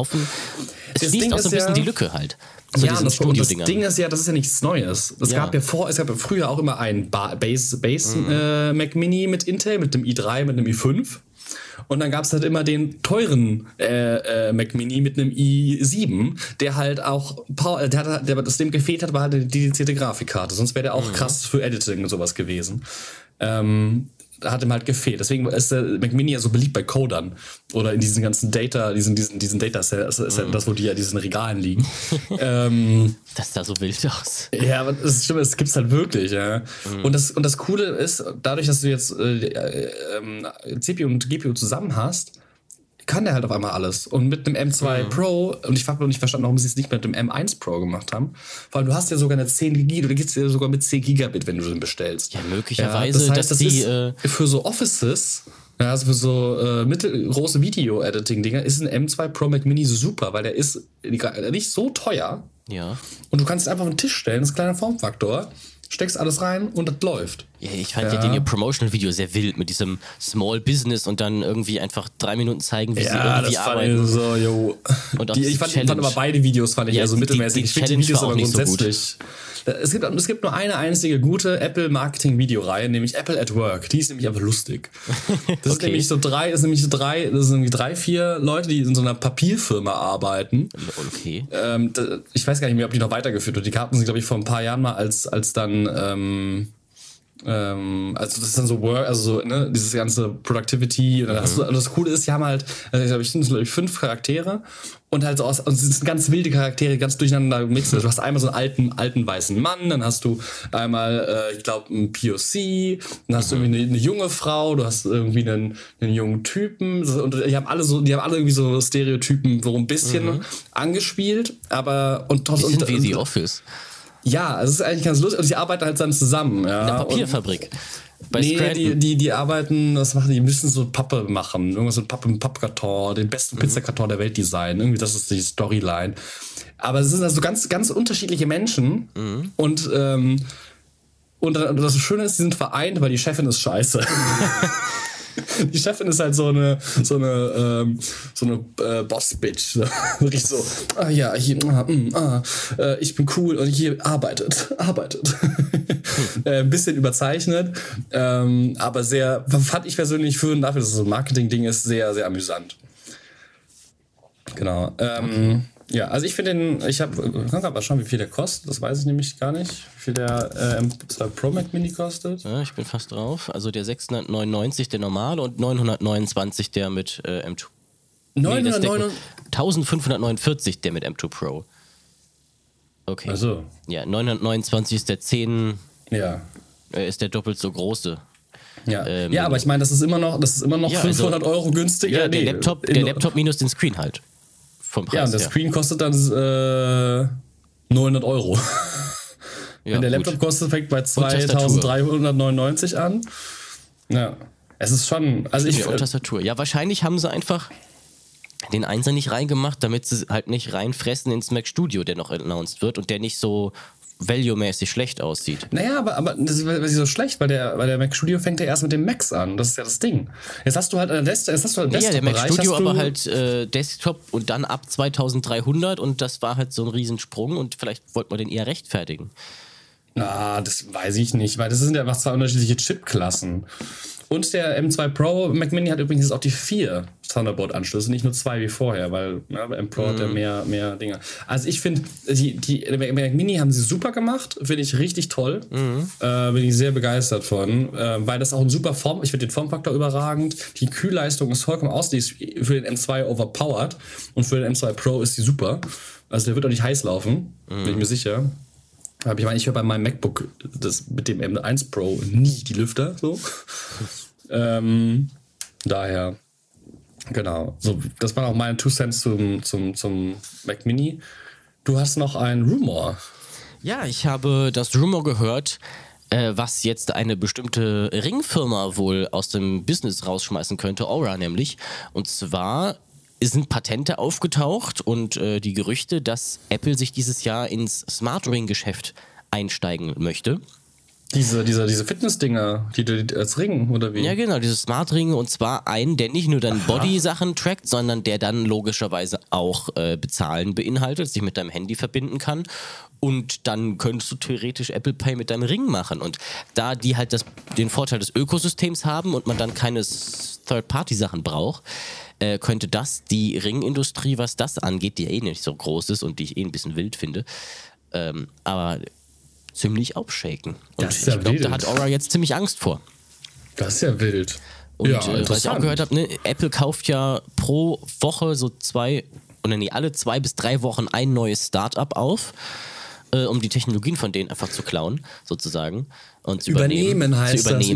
es schließt auch so ein bisschen die Lücke halt. So das Ding ist ja, das ist ja nichts Neues. Es gab ja früher auch immer einen Base Mac Mini mit Intel, mit dem i3, mit einem i5. Und dann gab es halt immer den teuren Mac Mini mit einem i7, der halt auch, das dem gefehlt hat, war halt eine dedizierte Grafikkarte. Sonst wäre der auch krass für Editing und sowas gewesen. Da hat ihm halt gefehlt. Deswegen ist der Mac Mini ja so beliebt bei Codern. Oder in diesen ganzen diesen Datasets, das, wo die ja in diesen Regalen liegen. Das sah so wild aus. Ja, aber das stimmt, das gibt's halt wirklich, ja. Und das Coole ist, dadurch, dass du jetzt CPU und GPU zusammen hast, kann der halt auf einmal alles. Und mit einem M2 Pro, und ich habe noch nicht verstanden, warum sie es nicht mit dem M1 Pro gemacht haben, vor allem du hast ja sogar eine 10 Gigabit, oder gibt's ja sogar mit 10 Gigabit, wenn du den bestellst. Ja, möglicherweise, das heißt, das ist für so Offices, also für so mittelgroße Video-Editing-Dinger, ist ein M2 Pro Mac Mini super, weil der ist nicht so teuer. Ja. Und du kannst es einfach auf den Tisch stellen, das ist ein kleiner Formfaktor. Steckst alles rein und das läuft. Ja, ich fand ja den Promotional-Video sehr wild mit diesem Small Business und dann irgendwie einfach 3 Minuten zeigen, wie sie irgendwie arbeiten. So, yo. Und ich fand aber beide Videos eher so mittelmäßig. Ich finde die Videos aber grundsätzlich. So es gibt nur eine einzige gute Apple-Marketing-Videoreihe, nämlich Apple at Work. Die ist nämlich einfach lustig. Das ist nämlich das sind irgendwie 3-4 Leute, die in so einer Papierfirma arbeiten. Okay. Ich weiß gar nicht mehr, ob die noch weitergeführt wird. Die Karten sind, glaube ich, vor ein paar Jahren mal als dann also das ist dann so Work, also so, ne, dieses ganze Productivity. Und dann hast du, also das Coole ist, die haben halt, glaube ich, 5 Charaktere und halt so und es sind ganz wilde Charaktere, ganz durcheinander gemixt. Du hast einmal so einen alten weißen Mann, dann hast du einmal, ich glaube, einen POC, dann hast du irgendwie eine junge Frau, du hast irgendwie einen jungen Typen und die haben alle irgendwie so Stereotypen so ein bisschen angespielt, aber und trotzdem. Bisschen wie The Office. Ja, es ist eigentlich ganz lustig. Und sie arbeiten halt dann zusammen. Ja. In der Papierfabrik. Die arbeiten, was machen die? Die müssen so Pappe machen. Irgendwas mit Pappkarton, den besten Pizzakarton der Welt designen. Irgendwie, das ist die Storyline. Aber es sind also ganz, ganz unterschiedliche Menschen. Und das Schöne ist, die sind vereint, weil die Chefin ist scheiße. Die Chefin ist halt so eine Boss-Bitch. So. Wirklich so, ja, hier, ich bin cool und hier arbeitet. Ein bisschen überzeichnet, aber sehr, fand ich persönlich dafür, dass es so ein Marketing-Ding ist, sehr, sehr amüsant. Genau. Okay. Ja, also ich finde ich kann gerade mal schauen, wie viel der kostet, das weiß ich nämlich gar nicht, wie viel der M2 Pro Mac Mini kostet. Ja, ich bin fast drauf, also der 699 der normale und 929 der mit M2. 1549 der mit M2 Pro. Okay. Also. Ja, 929 ist der 10, ja. Ist der doppelt so große. Ja, ja, aber ich meine, das ist immer noch ja, 500 Euro günstiger. Ja, der Laptop minus den Screen halt. Vom Preis, ja, und der Screen kostet dann 900 Euro. Ja, wenn der Laptop kostet, fängt bei 2.399 an. Ja, es ist schon... Also und Tastatur. Ja, wahrscheinlich haben sie einfach den Einser nicht reingemacht, damit sie halt nicht reinfressen ins Mac Studio, der noch announced wird und der nicht so value-mäßig schlecht aussieht. Naja, aber das ist so schlecht, weil der Mac Studio fängt ja erst mit den Macs an. Das ist ja das Ding. Jetzt hast du halt Desktop-Bereich. Ja, der Mac Studio aber halt Desktop und dann ab 2300 und das war halt so ein Riesensprung und vielleicht wollte man den eher rechtfertigen. Na, das weiß ich nicht, weil das sind ja einfach zwei unterschiedliche Chipklassen. Und der M2 Pro Mac Mini hat übrigens auch die 4 Thunderbolt-Anschlüsse, nicht nur 2 wie vorher, weil bei M Pro hat er mehr Dinge. Also ich finde, die Mac Mini haben sie super gemacht, finde ich richtig toll. Bin ich sehr begeistert von, weil das auch ein super ich finde den Formfaktor überragend. Die Kühlleistung ist vollkommen aus, die ist für den M2 overpowered und für den M2 Pro ist die super. Also der wird auch nicht heiß laufen, bin ich mir sicher. Aber ich meine, ich höre bei meinem MacBook mit dem M1 Pro nie die Lüfter, so. Daher, genau. So, das waren auch meine 2 Cents zum Mac Mini. Du hast noch einen Rumor. Ja, ich habe das Rumor gehört, was jetzt eine bestimmte Ringfirma wohl aus dem Business rausschmeißen könnte, Aura nämlich. Und zwar sind Patente aufgetaucht und die Gerüchte, dass Apple sich dieses Jahr ins Smart Ring-Geschäft einsteigen möchte. Diese Fitness-Dinger, die du als Ring, oder wie? Ja, genau, diese Smart Ringe und zwar einen, der nicht nur deine Body-Sachen trackt, sondern der dann logischerweise auch Bezahlen beinhaltet, sich mit deinem Handy verbinden kann und dann könntest du theoretisch Apple Pay mit deinem Ring machen und da die halt den Vorteil des Ökosystems haben und man dann keine Third-Party-Sachen braucht, könnte das die Ringindustrie, was das angeht, die ja eh nicht so groß ist und die ich eh ein bisschen wild finde, aber ziemlich aufshaken. Und ich glaube, da hat Aura jetzt ziemlich Angst vor. Das ist ja wild. Und was ich auch gehört habe, ne, Apple kauft ja pro Woche alle 2 bis 3 Wochen ein neues Startup auf, um die Technologien von denen einfach zu klauen, sozusagen. Und zu übernehmen. Ja.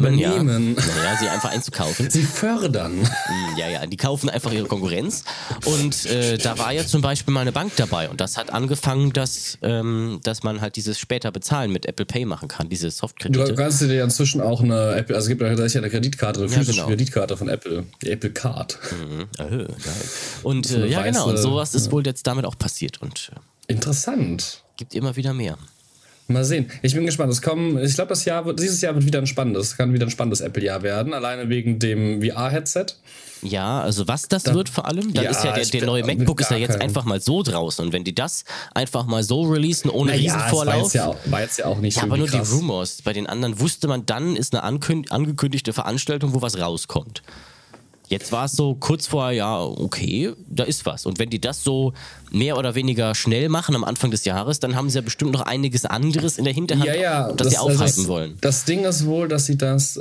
Naja, sie einfach einzukaufen. Sie fördern. Ja, die kaufen einfach ihre Konkurrenz. Und da war ja zum Beispiel mal eine Bank dabei. Und das hat angefangen, dass man halt dieses später bezahlen mit Apple Pay machen kann, diese Softkredite. Du kannst dir inzwischen auch eine Apple, also es gibt ja eine Kreditkarte, eine physische Kreditkarte von Apple, die Apple Card. Geil. Und so genau, und sowas ist wohl jetzt damit auch passiert. Und interessant. Gibt immer wieder mehr. Mal sehen. Ich bin gespannt. Ich glaube, dieses Jahr wird wieder ein spannendes. Kann wieder ein spannendes Apple-Jahr werden. Alleine wegen dem VR-Headset. Ja, also was das wird vor allem, dann ist ja der neue MacBook ist ja jetzt einfach mal so draußen. Und wenn die das einfach mal so releasen, ohne Riesenvorlauf. War jetzt ja auch nicht so aber nur krass. Die Rumors. Bei den anderen wusste man, dann ist eine angekündigte Veranstaltung, wo was rauskommt. Jetzt war es so kurz vorher, ja, okay, da ist was. Und wenn die das so mehr oder weniger schnell machen am Anfang des Jahres, dann haben sie ja bestimmt noch einiges anderes in der Hinterhand, das sie aufhypen wollen. Das Ding ist wohl, dass sie das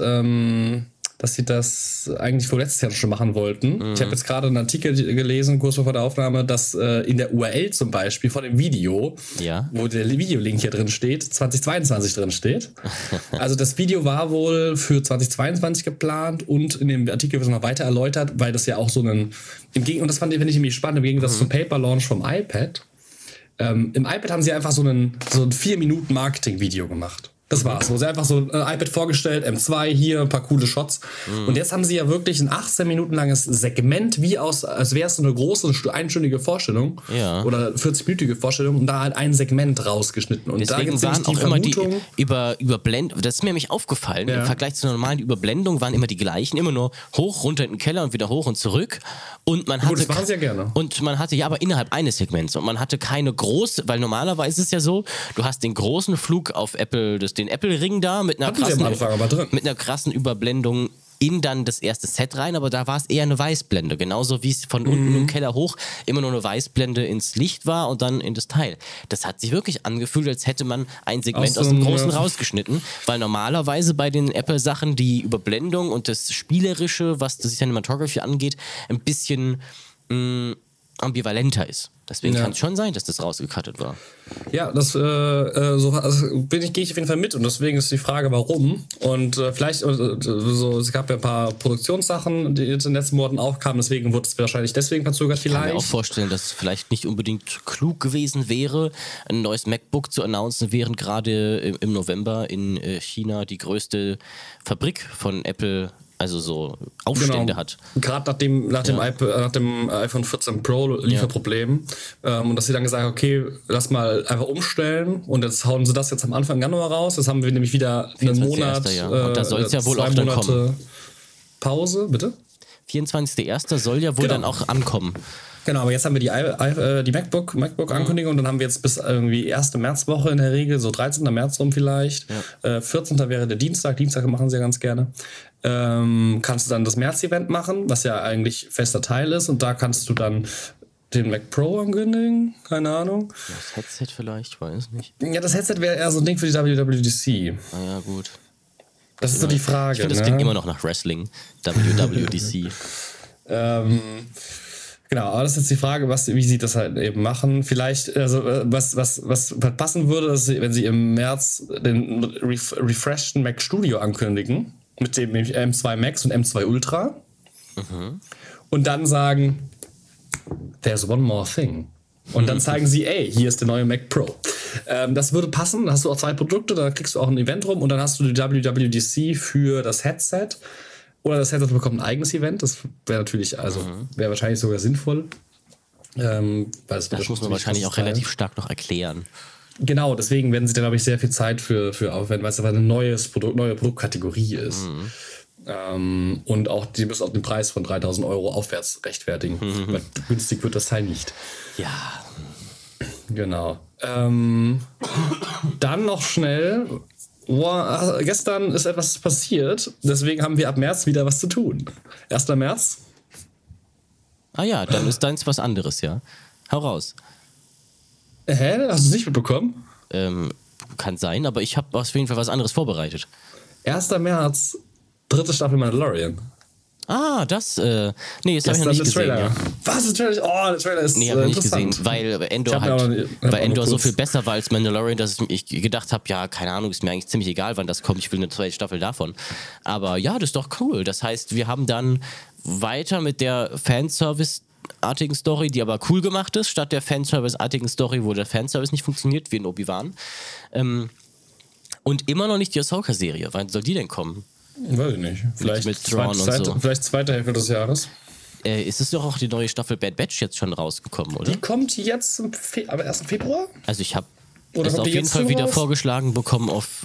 eigentlich vor letztes Jahr schon machen wollten. Ich habe jetzt gerade einen Artikel gelesen, kurz vor der Aufnahme, dass in der URL zum Beispiel von dem Video, wo der Videolink hier drin steht, 2022 drin steht. Also das Video war wohl für 2022 geplant und in dem Artikel wird es noch weiter erläutert, weil das ja auch so und das finde ich nämlich spannend, im Gegensatz zum Paper-Launch vom iPad. Im iPad haben sie einfach so ein 4 Minuten Marketing-Video gemacht. Das war's. Wo sie einfach so ein iPad vorgestellt, M2 hier, ein paar coole Shots. Und jetzt haben sie ja wirklich ein 18 Minuten langes Segment, als wäre es so eine große, einstündige Vorstellung. Ja. Oder 40-minütige Vorstellung und da halt ein Segment rausgeschnitten. Und deswegen da waren auch immer die Überblendung, das ist mir nämlich aufgefallen, im Vergleich zu einer normalen Überblendung waren immer die gleichen, immer nur hoch, runter in den Keller und wieder hoch und zurück. Und man hatte, das machen sie ja gerne. Und man hatte, ja, aber innerhalb eines Segments. Und man hatte keine große, weil normalerweise ist es ja so, du hast den großen Flug auf Apple, den Apple-Ring da mit einer krassen Überblendung in dann das erste Set rein, aber da war es eher eine Weißblende. Genauso wie es von unten im Keller hoch immer nur eine Weißblende ins Licht war und dann in das Teil. Das hat sich wirklich angefühlt, als hätte man ein Segment aus dem Großen rausgeschnitten, weil normalerweise bei den Apple-Sachen die Überblendung und das Spielerische, was das Cinematography angeht, ein bisschen ambivalenter ist. Deswegen kann es schon sein, dass das rausgecuttet war. Ja, das gehe ich auf jeden Fall mit und deswegen ist die Frage, warum. Und vielleicht, es gab ja ein paar Produktionssachen, die jetzt in den letzten Monaten aufkamen, deswegen wurde es wahrscheinlich deswegen verzögert vielleicht. Ich kann mir auch vorstellen, dass es vielleicht nicht unbedingt klug gewesen wäre, ein neues MacBook zu announcen, während gerade im November in China die größte Fabrik von Apple so Aufstände hat. Gerade nach dem iPhone 14 Pro Lieferproblem. Und dass sie dann gesagt haben, okay, lass mal einfach umstellen und jetzt hauen sie das jetzt am Anfang Januar raus. Jetzt haben wir nämlich wieder einen Monat. Und da soll es ja wohl auch dann kommen. Pause, bitte? 24.01. soll ja wohl dann auch ankommen. Genau, aber jetzt haben wir die MacBook-Ankündigung und dann haben wir jetzt bis irgendwie 1. Märzwoche in der Regel, so 13. März rum vielleicht. Ja. 14. wäre der Dienstag. Dienstag machen sie ja ganz gerne. Kannst du dann das März-Event machen, was ja eigentlich fester Teil ist und da kannst du dann den Mac Pro ankündigen, keine Ahnung. Das Headset vielleicht, ich weiß nicht. Ja, das Headset wäre eher so ein Ding für die WWDC. Ah ja, gut. Das ist so die Frage. Ich finde, das klingt immer noch nach Wrestling, WWDC. Genau, aber das ist jetzt die Frage, wie sie das halt eben machen. Vielleicht, was passen würde, ist, wenn sie im März den refreshten Mac Studio ankündigen, mit dem M2 Max und M2 Ultra. Und dann sagen, there's one more thing. Und dann zeigen sie, hier ist der neue Mac Pro. Das würde passen, da hast du auch 2 Produkte, da kriegst du auch ein Event rum und dann hast du die WWDC für das Headset. Oder das Headset bekommt ein eigenes Event. Das wäre natürlich, wäre wahrscheinlich sogar sinnvoll. Weil das muss man wahrscheinlich auch relativ stark noch erklären. Genau, deswegen werden sie da, glaube ich, sehr viel Zeit für aufwenden, weil es aber eine neue Produktkategorie ist. Und auch, die müssen auch den Preis von 3.000 € aufwärts rechtfertigen. Weil günstig wird das Teil nicht. Ja. Genau. Dann noch schnell... gestern ist etwas passiert, deswegen haben wir ab März wieder was zu tun. 1. März. Ah ja, dann ist deins was anderes, ja. Hau raus. Hä? Hast du es nicht mitbekommen? Kann sein, aber ich habe auf jeden Fall was anderes vorbereitet. 1. März, 3. Staffel Mandalorian. Ah, das, das habe ich noch nicht gesehen. Ja. Was, der Trailer? Oh, der Trailer ist habe ich nicht gesehen, weil Endor so viel besser war als Mandalorian, dass ich gedacht habe, ja, keine Ahnung, ist mir eigentlich ziemlich egal, wann das kommt, ich will eine 2. Staffel davon. Aber ja, das ist doch cool. Das heißt, wir haben dann weiter mit der Fanservice-artigen Story, die aber cool gemacht ist, statt der Fanservice-artigen Story, wo der Fanservice nicht funktioniert, wie in Obi-Wan. Und immer noch nicht die Ahsoka-Serie. Wann soll die denn kommen? Weiß ich nicht. Vielleicht mit Thrawn und so. Vielleicht zweite Hälfte des Jahres. Ist es doch auch die neue Staffel Bad Batch jetzt schon rausgekommen, oder? Die kommt jetzt am 1. Februar? Also ich habe es auf jeden Fall wieder vorgeschlagen bekommen auf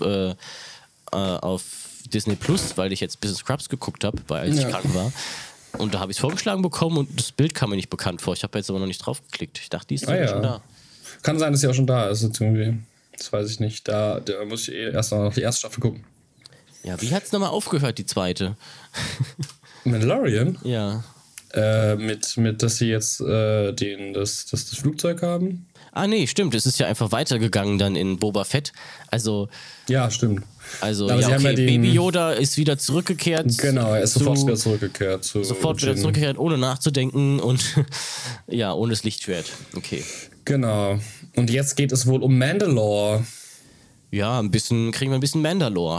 Disney Plus, weil ich jetzt ein bisschen Scrubs geguckt habe, als ich krank war. Und da habe ich es vorgeschlagen bekommen und das Bild kam mir nicht bekannt vor. Ich habe jetzt aber noch nicht drauf geklickt. Ich dachte, die ist schon da. Kann sein, dass sie auch schon da ist. Irgendwie. Das weiß ich nicht. Da muss ich erst noch die erste Staffel gucken. Ja, wie hat es nochmal aufgehört, die zweite? Mandalorian? Ja. Dass sie jetzt das Flugzeug haben? Ah, nee, stimmt. Es ist ja einfach weitergegangen dann in Boba Fett. Also. Ja, stimmt. Also, ja, okay, Baby Yoda ist wieder zurückgekehrt. Genau, er ist sofort wieder zurückgekehrt. Wieder zurückgekehrt, ohne nachzudenken und ja, ohne das Lichtschwert. Okay. Genau. Und jetzt geht es wohl um Mandalore. Ja, kriegen wir ein bisschen Mandalore.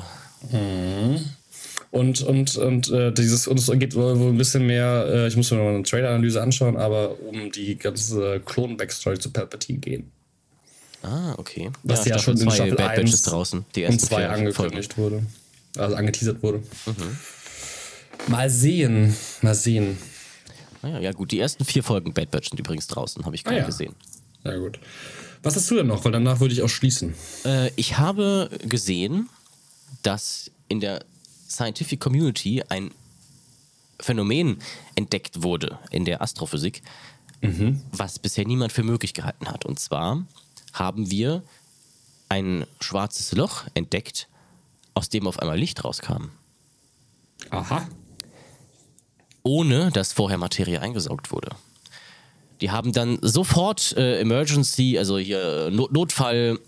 Und es geht wohl ein bisschen mehr, ich muss mir noch eine Trailer-Analyse anschauen, aber um die ganze Klon-Backstory zu Palpatine gehen. Ah, okay. Was ja schon in Staffel Bad 1 Batches draußen. Die ersten und 2 4 angekündigt Folgen. wurde. Also angeteasert wurde. Mal sehen. Ja, gut. Die ersten 4 Folgen Bad Batch sind übrigens draußen. Habe ich gerade gesehen. Ja, gut. Was hast du denn noch? Weil danach würde ich auch schließen. Ich habe gesehen, dass in der Scientific Community ein Phänomen entdeckt wurde in der Astrophysik, was bisher niemand für möglich gehalten hat. Und zwar haben wir ein schwarzes Loch entdeckt, aus dem auf einmal Licht rauskam. Aha. Ohne dass vorher Materie eingesaugt wurde. Die haben dann sofort Emergency, also hier Notfall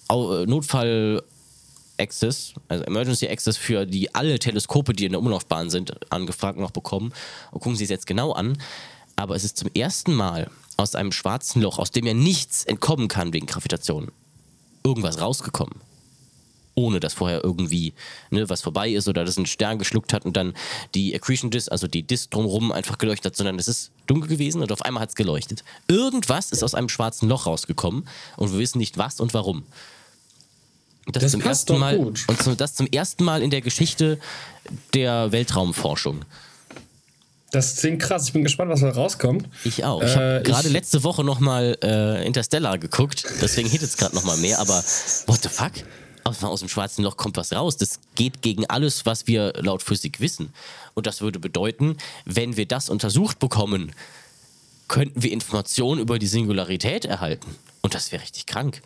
Access, also Emergency Access für alle Teleskope, die in der Umlaufbahn sind, angefragt und auch bekommen. Und gucken Sie es jetzt genau an. Aber es ist zum ersten Mal aus einem schwarzen Loch, aus dem ja nichts entkommen kann wegen Gravitation, irgendwas rausgekommen. Ohne dass vorher irgendwie was vorbei ist oder dass ein Stern geschluckt hat und dann die Accretion Disk, also die Disk drumherum, einfach geleuchtet hat, sondern es ist dunkel gewesen und auf einmal hat es geleuchtet. Irgendwas ist aus einem schwarzen Loch rausgekommen und wir wissen nicht was und warum. Und das zum passt ersten doch Mal, gut. Und das zum ersten Mal in der Geschichte der Weltraumforschung. Das klingt krass. Ich bin gespannt, was da rauskommt. Ich auch. Ich habe gerade letzte Woche nochmal Interstellar geguckt, deswegen hittet es gerade nochmal mehr, aber what the fuck? Aus dem schwarzen Loch kommt was raus. Das geht gegen alles, was wir laut Physik wissen. Und das würde bedeuten, wenn wir das untersucht bekommen, könnten wir Informationen über die Singularität erhalten. Und das wäre richtig krank.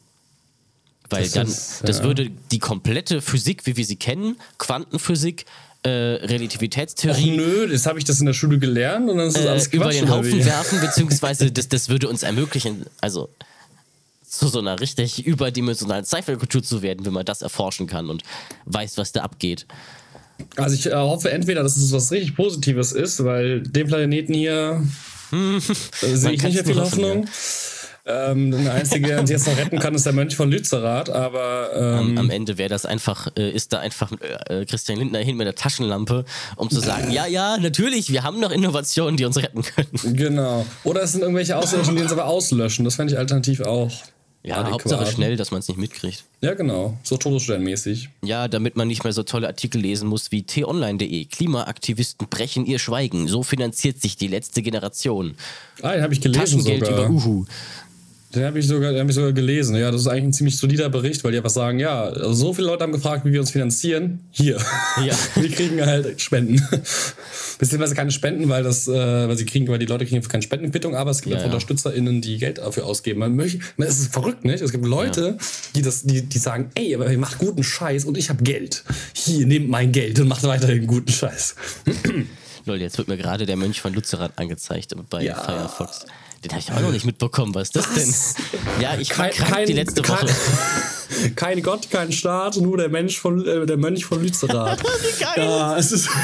Weil das würde die komplette Physik, wie wir sie kennen, Quantenphysik, Relativitätstheorie. Och nö, jetzt habe ich das in der Schule gelernt und dann ist das alles Quatsch, über den Haufen wie? werfen, beziehungsweise das würde uns ermöglichen, also zu so einer richtig überdimensionalen Sci-Fi-Kultur zu werden, wenn man das erforschen kann und weiß, was da abgeht. Also ich hoffe entweder, dass es was richtig Positives ist, weil den Planeten hier sehe ich nicht mehr viel Hoffnung. Der Einzige, der uns jetzt noch retten kann, ist der Mönch von Lützerath, aber am Ende wäre das einfach, ist da einfach Christian Lindner hin mit der Taschenlampe, um zu sagen, ja, natürlich, wir haben noch Innovationen, die uns retten können. Genau. Oder es sind irgendwelche Auslöschen, die uns aber auslöschen. Das fände ich alternativ auch. Ja, adäquat. Hauptsache schnell, dass man es nicht mitkriegt. Ja, genau. So Todessternmäßig. Ja, damit man nicht mehr so tolle Artikel lesen muss wie t-online.de. Klimaaktivisten brechen ihr Schweigen. So finanziert sich die letzte Generation. Den habe ich gelesen Taschengeld sogar. über Uhu. Den habe ich sogar gelesen. Ja, das ist eigentlich ein ziemlich solider Bericht, weil die einfach sagen, ja, also so viele Leute haben gefragt, wie wir uns finanzieren. Hier. Ja. Wir kriegen halt Spenden. Beziehungsweise keine Spenden, weil die Leute kriegen keine Spendenquittung, aber es gibt einfach UnterstützerInnen, die Geld dafür ausgeben. Es ist verrückt, nicht? Es gibt Leute, die sagen, ey, aber ihr macht guten Scheiß und ich habe Geld. Hier, nehmt mein Geld und macht weiterhin guten Scheiß. Lol, jetzt wird mir gerade der Mönch von Lützerath angezeigt bei Firefox. Den habe ich auch noch nicht mitbekommen. Was ist das denn? Ja, ich war krank die letzte Woche. Kein Gott, kein Staat, nur der Mönch von Lützerath. Wie geil. Ja, es ist...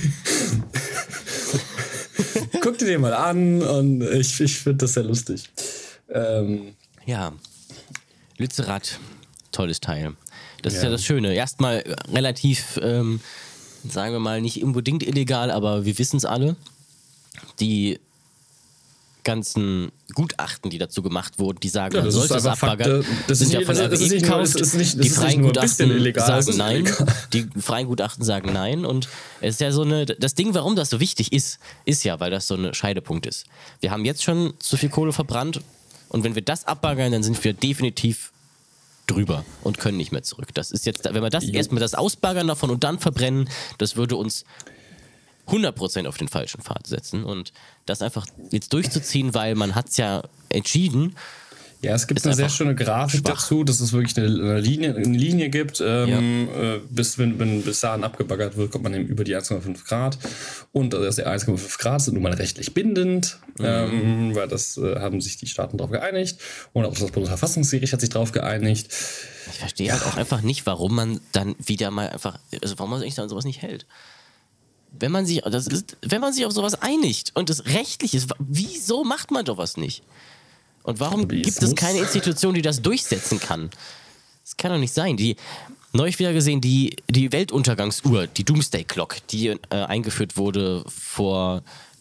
Guck dir den mal an und ich finde das sehr lustig. Ja, Lützerath, tolles Teil. Das ist ja das Schöne. Erstmal relativ, sagen wir mal, nicht unbedingt illegal, aber wir wissen es alle. Die ganzen Gutachten, die dazu gemacht wurden, die sagen, man sollte es abbaggern, sind ja von der RWE gekauft. Die freien Gutachten sagen nein. Die freien Gutachten sagen nein. Und es ist ja so das Ding, warum das so wichtig ist ja, weil das so ein Scheidepunkt ist. Wir haben jetzt schon zu viel Kohle verbrannt und wenn wir das abbaggern, dann sind wir definitiv drüber und können nicht mehr zurück. Das ist jetzt, wenn wir das erstmal das Ausbaggern davon und dann verbrennen, das würde uns 100% auf den falschen Pfad setzen und das einfach jetzt durchzuziehen, weil man hat es ja entschieden. Ja, es gibt eine sehr schöne Grafik dazu, dass es wirklich eine Linie gibt. Bis dahin abgebaggert wird, kommt man eben über die 1,5 Grad. Und also die 1,5 Grad sind nun mal rechtlich bindend, weil das haben sich die Staaten darauf geeinigt. Und auch das Bundesverfassungsgericht hat sich darauf geeinigt. Ich verstehe halt auch einfach nicht, warum man dann wieder mal einfach, also warum man sich an sowas nicht hält. Wenn man sich auf sowas einigt und es rechtlich ist, wieso macht man sowas nicht? Und warum gibt es keine Institution, die das durchsetzen kann? Das kann doch nicht sein. Neulich wieder gesehen, die Weltuntergangsuhr, die Doomsday Clock, die eingeführt wurde vor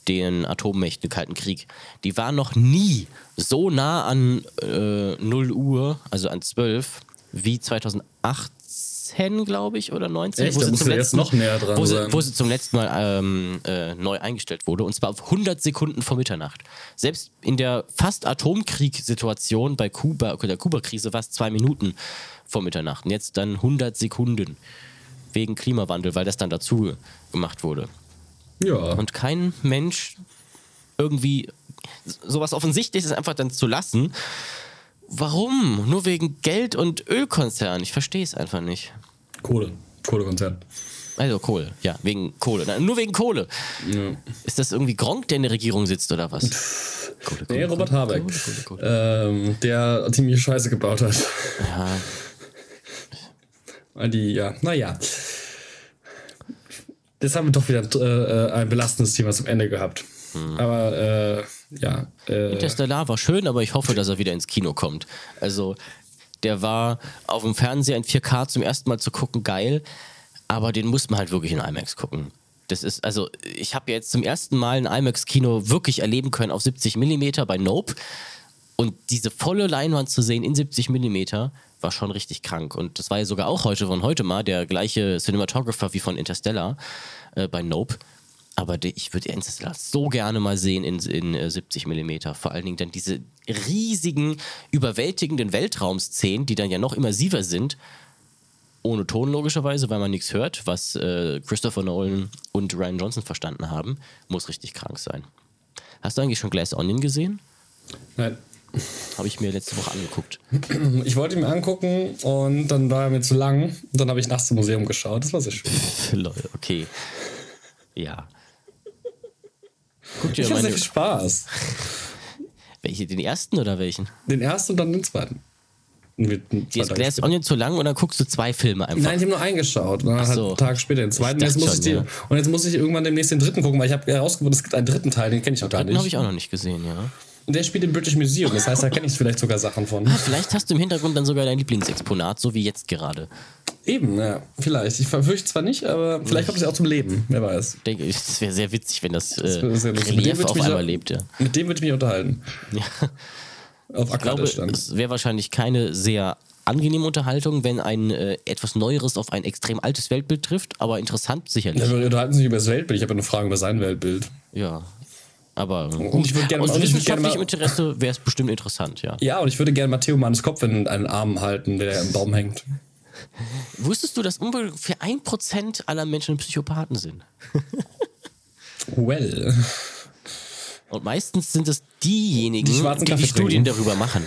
den Atommächten im Kalten Krieg. Die waren noch nie so nah an 0 Uhr, also an 12, wie 2018, glaube ich, oder 19. Echt? Da musst du jetzt noch näher dran sein. Wo sie zum letzten Mal neu eingestellt wurde, und zwar auf 100 Sekunden vor Mitternacht. Selbst in der fast Atomkriegssituation bei der Kuba-Krise war es 2 Minuten vor Mitternacht. Und jetzt dann 100 Sekunden wegen Klimawandel, weil das dann dazu gemacht wurde. Ja. Und kein Mensch irgendwie sowas Offensichtliches einfach dann zu lassen. Warum? Nur wegen Geld und Ölkonzern. Ich verstehe es einfach nicht. Kohlekonzern. Also Kohle, ja, wegen Kohle. Nein, nur wegen Kohle. Ja. Ist das irgendwie Gronk, der in der Regierung sitzt oder was? Nee, Robert Habeck. Der ziemlich Scheiße gebaut hat. Ja. Naja. Jetzt haben wir doch wieder ein belastendes Thema zum Ende gehabt. Aber Interstellar war schön, aber ich hoffe, dass er wieder ins Kino kommt. Also, der war auf dem Fernseher in 4K zum ersten Mal zu gucken, geil, aber den muss man halt wirklich in IMAX gucken. Das ist, also, ich habe jetzt zum ersten Mal ein IMAX-Kino wirklich erleben können auf 70 mm bei Nope. Und diese volle Leinwand zu sehen in 70 mm war schon richtig krank. Und das war ja sogar auch heute mal der gleiche Cinematographer wie von Interstellar bei Nope. Aber ich würde Interstellar so gerne mal sehen in 70 mm. Vor allen Dingen dann diese riesigen, überwältigenden Weltraumszenen, die dann ja noch immersiver sind. Ohne Ton logischerweise, weil man nichts hört, was Christopher Nolan und Rian Johnson verstanden haben. Muss richtig krank sein. Hast du eigentlich schon Glass Onion gesehen? Nein. Habe ich mir letzte Woche angeguckt. Ich wollte ihn mir angucken und dann war er mir zu lang. Und dann habe ich nachts im Museum geschaut. Das war sehr schön. Okay. Ja. Guck dir Ich hatte sehr viel Spaß. Den ersten oder welchen? Den ersten und dann den zweiten. Die ist Glass Onion zu lang und dann guckst du 2 Filme einfach. Nein, ich habe nur eingeschaut. Und dann halt einen Tag später den zweiten. Und jetzt muss ich irgendwann demnächst den dritten gucken, weil ich habe herausgefunden, es gibt einen dritten Teil, den kenne ich noch gar nicht. Den habe ich auch noch nicht gesehen, ja. Und der spielt im British Museum, das heißt, da kenne ich vielleicht sogar Sachen von. Vielleicht hast du im Hintergrund dann sogar dein Lieblingsexponat, so wie jetzt gerade. Eben, ja, vielleicht. Ich verfürchte zwar nicht, aber vielleicht kommt es ja auch zum Leben, wer weiß. Ich denke, es wäre sehr witzig, wenn das Relief auf einmal lebt, ja. Mit dem würde ich mich unterhalten. Ja. Auf aktueller Stand. Es wäre wahrscheinlich keine sehr angenehme Unterhaltung, wenn ein etwas Neueres auf ein extrem altes Weltbild trifft, aber interessant sicherlich. Ja, wir unterhalten sich über das Weltbild, ich habe eine Frage über sein Weltbild. Ja. Aber und ich würde gerne aus wissenschaftlichem Interesse wäre es bestimmt interessant, ja. Ja, und ich würde gerne Matteo Manns Kopf in einen Arm halten, der im Baum hängt. Wusstest du, dass ungefähr 1% aller Menschen Psychopathen sind? Well. Und meistens sind es diejenigen, die Studien darüber machen.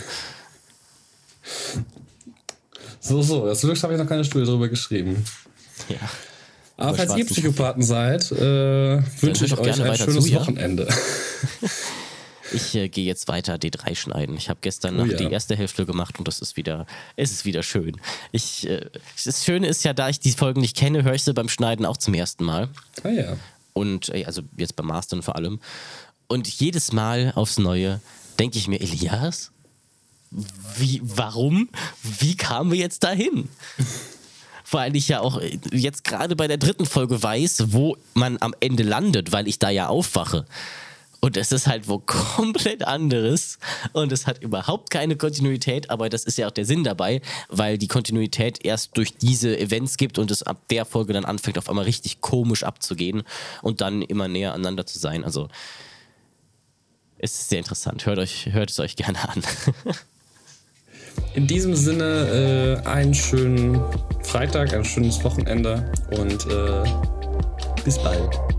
So, das Glück habe ich noch keine Studie darüber geschrieben. Ja. Aber falls ihr Psychopathen seid, wünsche ich euch ein schönes Wochenende. Ich gehe jetzt weiter D3 schneiden. Ich habe gestern Nacht die erste Hälfte gemacht und es ist wieder schön. Das Schöne ist ja, da ich die Folgen nicht kenne, höre ich sie beim Schneiden auch zum ersten Mal. Ah ja. Und also jetzt beim Mastern vor allem. Und jedes Mal aufs Neue denke ich mir, Elias, warum? Wie kamen wir jetzt dahin? Weil ich ja auch jetzt gerade bei der 3. Folge weiß, wo man am Ende landet, weil ich da ja aufwache. Und es ist halt wo komplett anderes und es hat überhaupt keine Kontinuität, aber das ist ja auch der Sinn dabei, weil die Kontinuität erst durch diese Events gibt und es ab der Folge dann anfängt auf einmal richtig komisch abzugehen und dann immer näher aneinander zu sein. Also es ist sehr interessant. Hört es euch gerne an. In diesem Sinne einen schönen Freitag, ein schönes Wochenende und bis bald.